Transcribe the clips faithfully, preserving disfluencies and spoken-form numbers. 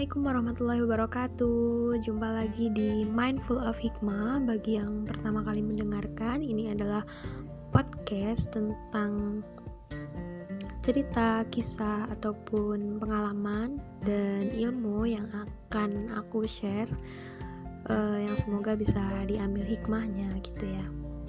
Assalamualaikum warahmatullahi wabarakatuh. Jumpa lagi di Mindful of Hikmah. Bagi yang pertama kali mendengarkan, ini adalah podcast tentang cerita, kisah, ataupun pengalaman dan ilmu yang akan aku share, uh, yang semoga bisa diambil hikmahnya gitu ya.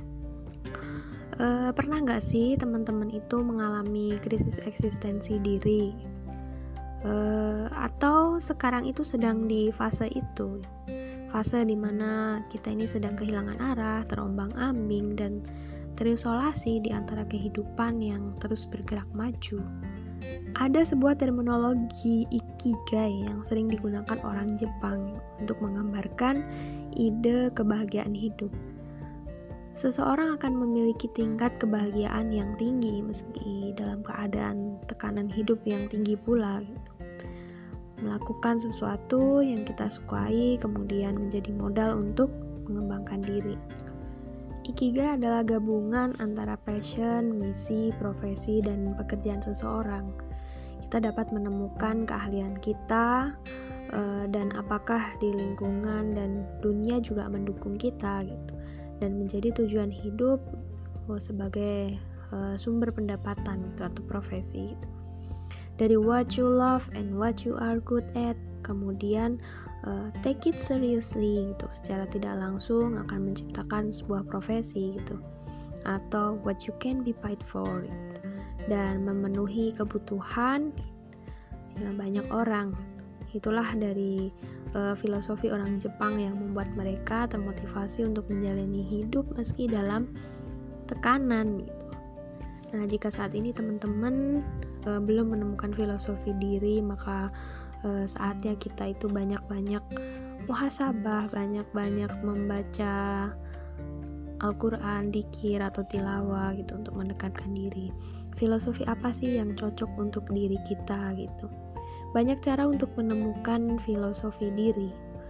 Uh, pernah gak sih teman-teman itu mengalami krisis eksistensi diri? Uh, atau sekarang itu sedang di fase itu, fase dimana kita ini sedang kehilangan arah, terombang-ambing, dan terisolasi di antara kehidupan yang terus bergerak maju. Ada sebuah terminologi ikigai yang sering digunakan orang Jepang untuk menggambarkan ide kebahagiaan hidup. Seseorang akan memiliki tingkat kebahagiaan yang tinggi meski dalam keadaan tekanan hidup yang tinggi pula gitu. Melakukan sesuatu yang kita sukai kemudian menjadi modal untuk mengembangkan diri. Ikigai adalah gabungan antara passion, misi, profesi, dan pekerjaan seseorang. Kita dapat menemukan keahlian kita uh, dan apakah di lingkungan dan dunia juga mendukung kita gitu, dan menjadi tujuan hidup uh, sebagai uh, sumber pendapatan gitu, atau profesi gitu. Dari what you love and what you are good at, kemudian uh, take it seriously gitu, secara tidak langsung akan menciptakan sebuah profesi gitu, atau what you can be paid for gitu, dan memenuhi kebutuhan yang banyak orang. Itulah dari uh, filosofi orang Jepang yang membuat mereka termotivasi untuk menjalani hidup meski dalam tekanan gitu. Nah, jika saat ini teman-teman uh, belum menemukan filosofi diri, maka uh, saatnya kita itu banyak-banyak muhasabah, banyak-banyak membaca Al-Quran, dzikir atau tilawah gitu, untuk mendekatkan diri. Filosofi apa sih yang cocok untuk diri kita gitu? Banyak cara untuk menemukan filosofi diri.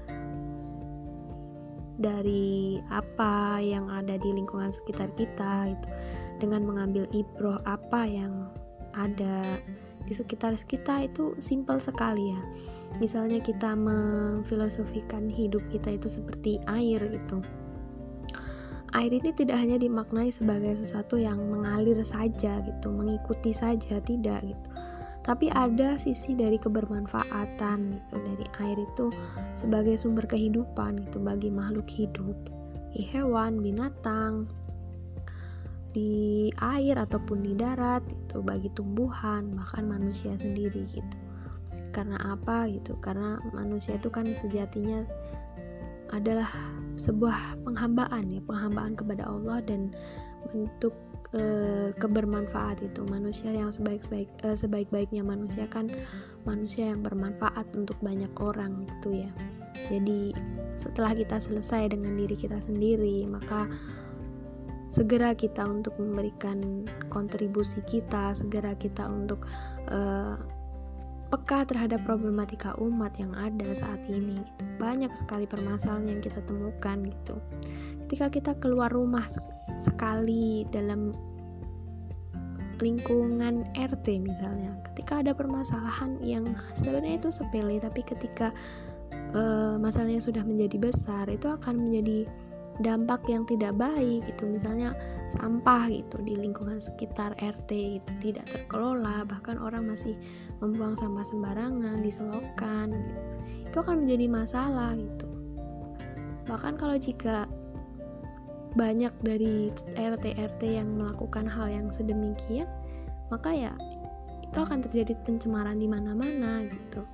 Dari apa yang ada di lingkungan sekitar kita gitu, dengan mengambil ibroh apa yang ada di sekitar kita, itu simpel sekali ya. Misalnya kita memfilosofikan hidup kita itu seperti air gitu. Air ini tidak hanya dimaknai sebagai sesuatu yang mengalir saja gitu, mengikuti saja, tidak gitu. Tapi ada sisi dari kebermanfaatan gitu, dari air itu sebagai sumber kehidupan gitu bagi makhluk hidup, di hewan, binatang, di air ataupun di darat itu, bagi tumbuhan, bahkan manusia sendiri gitu. Karena apa gitu? Karena manusia itu kan sejatinya adalah sebuah penghambaan ya, penghambaan kepada Allah dan bentuk e, kebermanfaat itu. Manusia yang sebaik-baik e, sebaik-baiknya manusia kan manusia yang bermanfaat untuk banyak orang gitu ya. Jadi setelah kita selesai dengan diri kita sendiri, maka segera kita untuk memberikan kontribusi kita, segera kita untuk e, peka terhadap problematika umat yang ada saat ini gitu. Banyak sekali permasalahan yang kita temukan gitu. Ketika kita keluar rumah sekali dalam lingkungan R T misalnya, ketika ada permasalahan yang sebenarnya itu sepele, tapi ketika uh, masalahnya sudah menjadi besar, itu akan menjadi dampak yang tidak baik gitu. Misalnya sampah gitu di lingkungan sekitar R T itu tidak terkelola, bahkan orang masih membuang sampah sembarangan di selokan gitu. Itu akan menjadi masalah gitu. Bahkan kalau jika banyak dari R T-R T yang melakukan hal yang sedemikian, maka ya itu akan terjadi pencemaran di mana-mana gitu.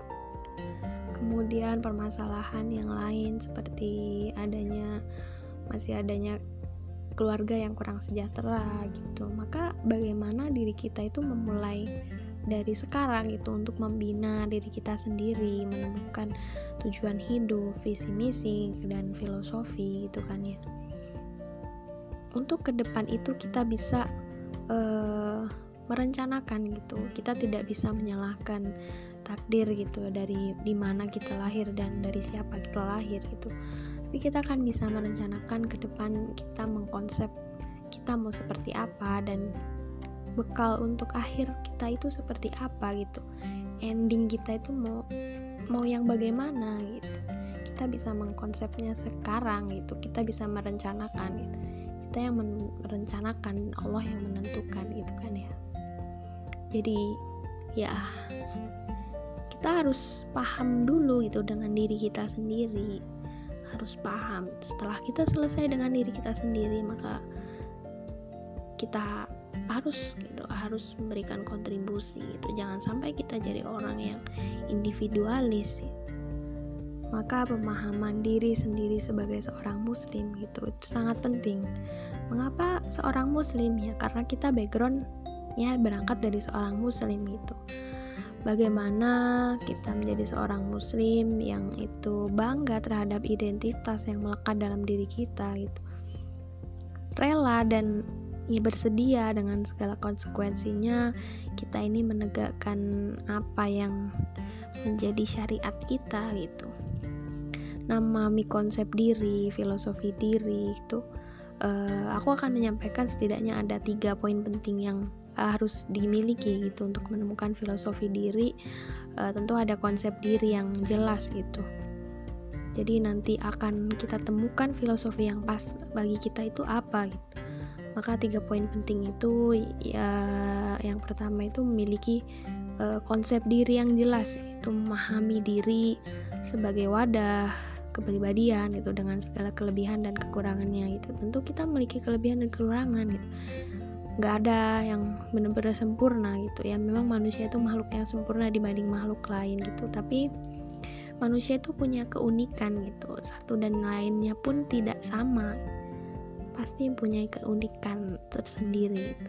Kemudian permasalahan yang lain seperti adanya masih adanya keluarga yang kurang sejahtera gitu. Maka bagaimana diri kita itu memulai dari sekarang gitu untuk membina diri kita sendiri, menemukan tujuan hidup, visi misi dan filosofi gitu kan ya. Untuk ke depan itu kita bisa uh, merencanakan gitu. Kita tidak bisa menyalahkan takdir gitu, dari di mana kita lahir dan dari siapa kita lahir gitu. Tapi kita kan bisa merencanakan ke depan, kita mengkonsep kita mau seperti apa dan bekal untuk akhir kita itu seperti apa gitu. Ending kita itu mau mau yang bagaimana gitu. Kita bisa mengkonsepnya sekarang gitu, kita bisa merencanakan gitu. Kita yang merencanakan, Allah yang menentukan gitu kan ya. Jadi ya kita harus paham dulu gitu dengan diri kita sendiri, harus paham. Setelah kita selesai dengan diri kita sendiri, maka kita harus gitu, harus memberikan kontribusi gitu. Jangan sampai kita jadi orang yang individualis gitu. Maka pemahaman diri sendiri sebagai seorang muslim gitu itu sangat penting. Mengapa seorang muslim? Ya karena kita backgroundnya berangkat dari seorang muslim gitu. Bagaimana kita menjadi seorang muslim yang itu bangga terhadap identitas yang melekat dalam diri kita gitu, rela dan ya bersedia dengan segala konsekuensinya kita ini menegakkan apa yang menjadi syariat kita gitu. Memahami konsep diri, filosofi diri itu, uh, aku akan menyampaikan setidaknya ada tiga poin penting yang uh, harus dimiliki gitu untuk menemukan filosofi diri. Uh, tentu ada konsep diri yang jelas gitu. Jadi nanti akan kita temukan filosofi yang pas bagi kita itu apa gitu. Maka tiga poin penting itu ya, yang pertama itu memiliki uh, konsep diri yang jelas, itu memahami diri sebagai wadah kepribadian gitu dengan segala kelebihan dan kekurangannya gitu. Tentu kita memiliki kelebihan dan kekurangan gitu. Gak ada yang benar-benar sempurna gitu ya. Memang manusia itu makhluk yang sempurna dibanding makhluk lain gitu. Tapi manusia itu punya keunikan gitu. Satu dan lainnya pun tidak sama. Pasti punya keunikan tersendiri.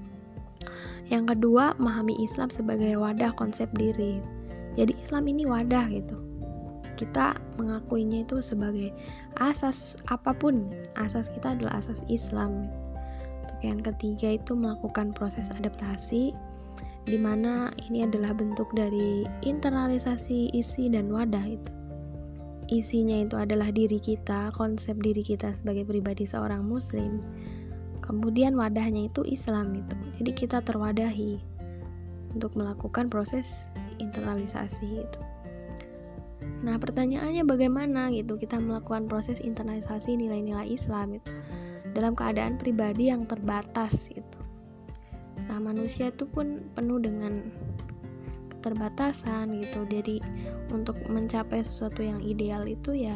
Yang kedua, memahami Islam sebagai wadah konsep diri. Jadi Islam ini wadah gitu. Kita mengakuinya itu sebagai asas apapun. Asas kita adalah asas Islam. Untuk yang ketiga itu melakukan proses adaptasi, di mana ini adalah bentuk dari internalisasi isi dan wadah itu. Isinya itu adalah diri kita, konsep diri kita sebagai pribadi seorang muslim. Kemudian wadahnya itu Islam itu. Jadi kita terwadahi untuk melakukan proses internalisasi itu. Nah, pertanyaannya bagaimana gitu kita melakukan proses internalisasi nilai-nilai Islam itu dalam keadaan pribadi yang terbatas gitu. Nah, manusia itu pun penuh dengan keterbatasan gitu. Jadi untuk mencapai sesuatu yang ideal itu ya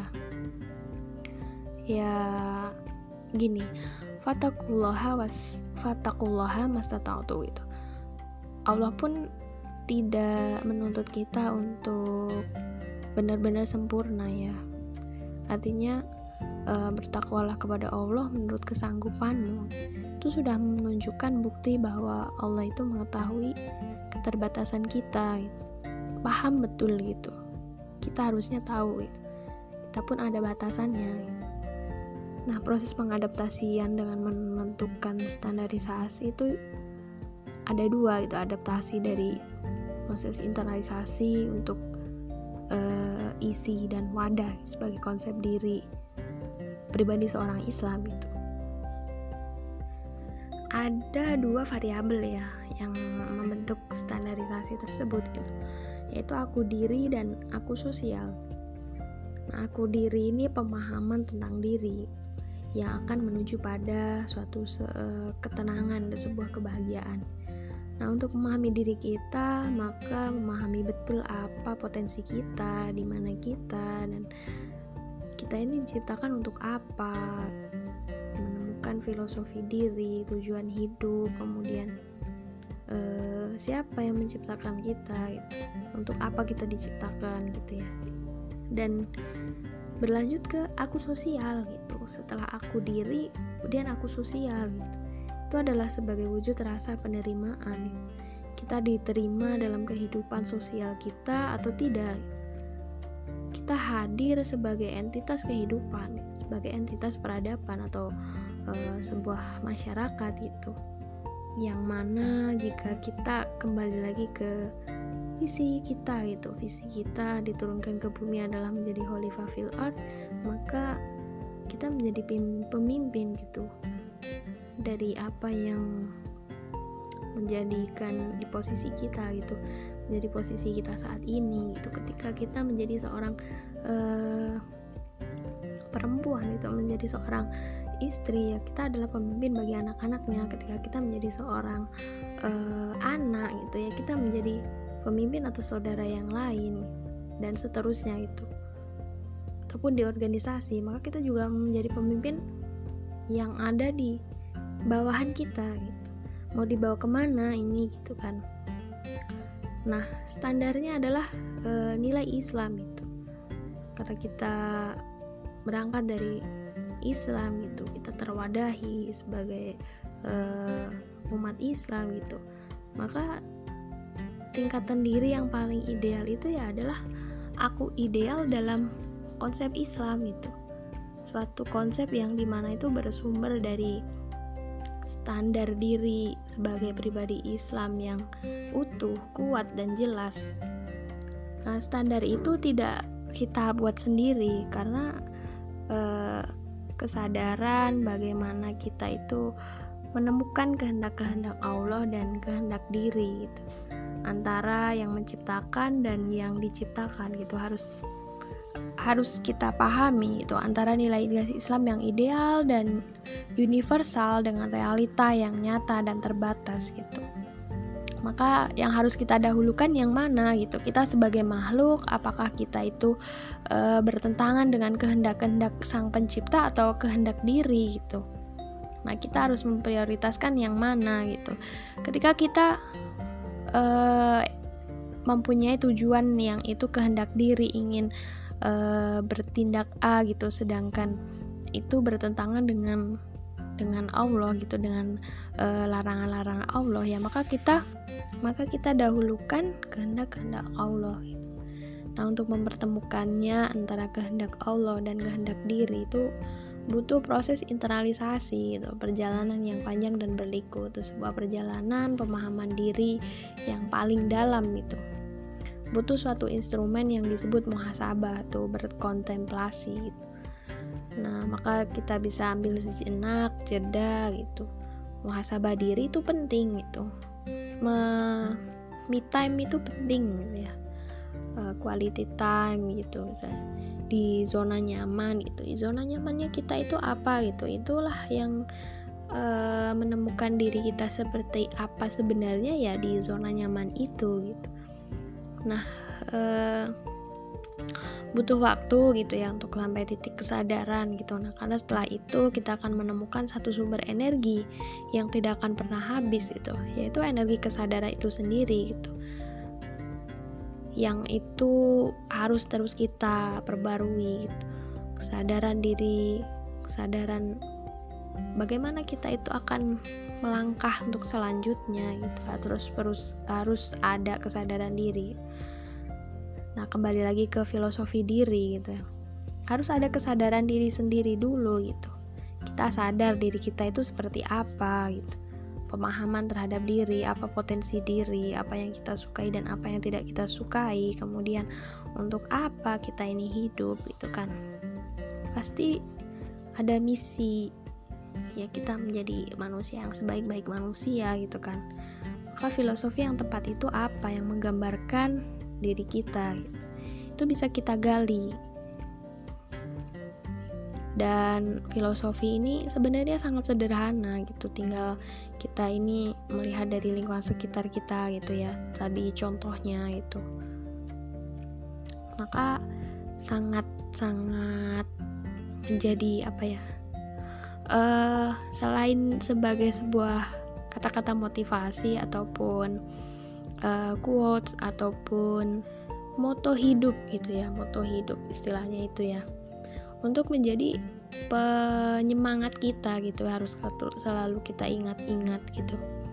ya gini, fatakullaha was fatakullaha mastata'tu itu. Allah pun tidak menuntut kita untuk benar-benar sempurna ya. Artinya e, bertakwalah kepada Allah menurut kesanggupanmu. Itu sudah menunjukkan bukti bahwa Allah itu mengetahui keterbatasan kita gitu. Paham betul gitu. Kita harusnya tahu gitu. Kita pun ada batasannya gitu. Nah, proses pengadaptasian dengan menentukan standarisasi itu ada dua gitu. Adaptasi dari proses internalisasi untuk Uh, isi dan wadah sebagai konsep diri pribadi seorang Islam itu. Ada dua variabel ya yang membentuk standarisasi tersebut gitu, yaitu aku diri dan aku sosial. Nah, aku diri ini pemahaman tentang diri yang akan menuju pada suatu se- ketenangan dan sebuah kebahagiaan. Nah, untuk memahami diri kita, maka memahami betul apa potensi kita, di mana kita, dan kita ini diciptakan untuk apa, menemukan filosofi diri, tujuan hidup, kemudian eh, siapa yang menciptakan kita, gitu. Untuk apa kita diciptakan, gitu ya. Dan berlanjut ke aku sosial, gitu. Setelah aku diri, kemudian aku sosial, gitu. Itu adalah sebagai wujud rasa penerimaan. Kita diterima dalam kehidupan sosial kita atau tidak. Kita hadir sebagai entitas kehidupan, sebagai entitas peradaban atau e, sebuah masyarakat gitu. Yang mana jika kita kembali lagi ke visi kita gitu, visi kita diturunkan ke bumi adalah menjadi khalifah fil ard, maka kita menjadi pemimpin gitu. Dari apa yang menjadikan di posisi kita gitu, menjadi posisi kita saat ini gitu. Ketika kita menjadi seorang uh, perempuan itu, menjadi seorang istri ya, kita adalah pemimpin bagi anak-anaknya. Ketika kita menjadi seorang uh, anak gitu ya, kita menjadi pemimpin atas saudara yang lain dan seterusnya itu. Ataupun di organisasi, maka kita juga menjadi pemimpin yang ada di bawahan kita gitu. Mau dibawa kemana ini gitu kan. Nah, standarnya adalah e, nilai Islam itu. Karena kita berangkat dari Islam gitu, kita terwadahi sebagai e, umat Islam gitu. Maka tingkatan diri yang paling ideal itu ya adalah aku ideal dalam konsep Islam itu. Suatu konsep yang dimana itu bersumber dari standar diri sebagai pribadi Islam yang utuh, kuat, dan jelas. Nah, standar itu tidak kita buat sendiri karena eh, kesadaran bagaimana kita itu menemukan kehendak-kehendak Allah dan kehendak diri gitu. Antara yang menciptakan dan yang diciptakan gitu harus harus kita pahami itu, antara nilai-nilai Islam yang ideal dan universal dengan realita yang nyata dan terbatas gitu. Maka yang harus kita dahulukan yang mana gitu. Kita sebagai makhluk, apakah kita itu e, bertentangan dengan kehendak-kehendak Sang Pencipta atau kehendak diri gitu. Nah, kita harus memprioritaskan yang mana gitu. Ketika kita e, mempunyai tujuan yang itu kehendak diri, ingin Uh, bertindak A gitu, sedangkan itu bertentangan dengan dengan Allah gitu, dengan uh, larangan-larangan Allah ya, maka kita maka kita dahulukan kehendak-kehendak Allah gitu. Nah, untuk mempertemukannya antara kehendak Allah dan kehendak diri itu butuh proses internalisasi gitu, perjalanan yang panjang dan berliku. Itu sebuah perjalanan pemahaman diri yang paling dalam gitu. Butuh suatu instrumen yang disebut muhasabah tuh, berkontemplasi gitu. Nah, maka kita bisa ambil sejenak jeda gitu. Muhasabah diri itu penting gitu. Me, me time itu penting gitu ya. Uh, quality time gitu misalnya. Di zona nyaman gitu. Di zona nyamannya kita itu apa gitu. Itulah yang uh, menemukan diri kita seperti apa sebenarnya ya di zona nyaman itu gitu. Nah, e, butuh waktu gitu ya untuk sampai titik kesadaran gitu. Nah, karena setelah itu kita akan menemukan satu sumber energi yang tidak akan pernah habis gitu, yaitu energi kesadaran itu sendiri gitu. Yang itu harus terus kita perbarui gitu. Kesadaran diri, kesadaran bagaimana kita itu akan melangkah untuk selanjutnya gitu. Terus terus harus ada kesadaran diri. Nah, kembali lagi ke filosofi diri gitu. Harus ada kesadaran diri sendiri dulu gitu. Kita sadar diri kita itu seperti apa gitu. Pemahaman terhadap diri, apa potensi diri, apa yang kita sukai dan apa yang tidak kita sukai. Kemudian untuk apa kita ini hidup gitu kan. Pasti ada misi ya, kita menjadi manusia yang sebaik-baik manusia gitu kan. Maka filosofi yang tepat itu apa, yang menggambarkan diri kita gitu. Itu bisa kita gali. Dan filosofi ini sebenarnya sangat sederhana gitu, tinggal kita ini melihat dari lingkungan sekitar kita gitu ya, tadi contohnya itu. Maka sangat-sangat menjadi apa ya, Uh, selain sebagai sebuah kata-kata motivasi ataupun uh, quotes ataupun moto hidup gitu ya, moto hidup istilahnya itu ya, untuk menjadi penyemangat kita gitu, harus selalu kita ingat-ingat gitu.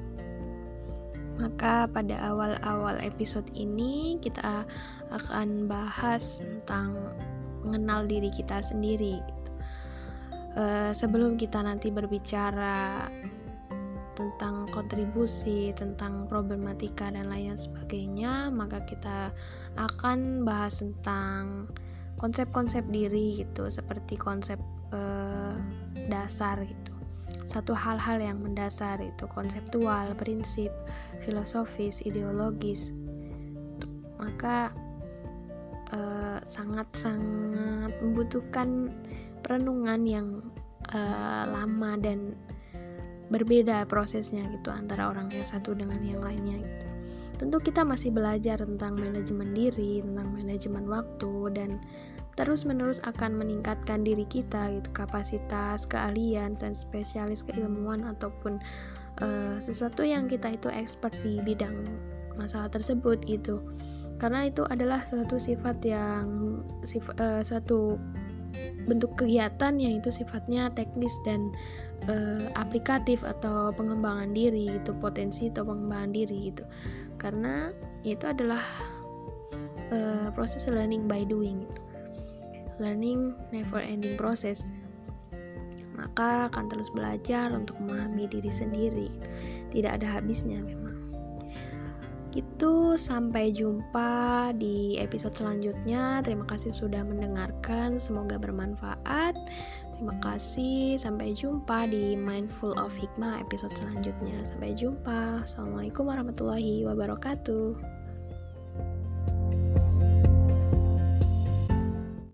Maka pada awal-awal episode ini kita akan bahas tentang mengenal diri kita sendiri. Uh, sebelum kita nanti berbicara tentang kontribusi, tentang problematika dan lain sebagainya, maka kita akan bahas tentang konsep-konsep diri gitu, seperti konsep uh, dasar gitu. satu hal-hal yang mendasar, itu konseptual, prinsip, filosofis, ideologis, maka eh, sangat-sangat membutuhkan perenungan yang eh, lama dan berbeda prosesnya gitu antara orang yang satu dengan yang lainnya gitu. Tentu kita masih belajar tentang manajemen diri, tentang manajemen waktu, dan terus-menerus akan meningkatkan diri kita gitu, kapasitas, keahlian, dan spesialis keilmuan ataupun uh, sesuatu yang kita itu expert di bidang masalah tersebut gitu. Karena itu adalah suatu sifat yang sif, uh, suatu bentuk kegiatan yang itu sifatnya teknis dan uh, aplikatif atau pengembangan diri gitu, potensi atau pengembangan diri gitu. Karena itu adalah uh, proses learning by doing gitu. Learning never ending process, maka akan terus belajar untuk memahami diri sendiri, tidak ada habisnya memang. Gitu, sampai jumpa di episode selanjutnya. Terima kasih sudah mendengarkan, semoga bermanfaat. Terima kasih, sampai jumpa di Mindful of Hikmah episode selanjutnya. Sampai jumpa. Assalamualaikum warahmatullahi wabarakatuh.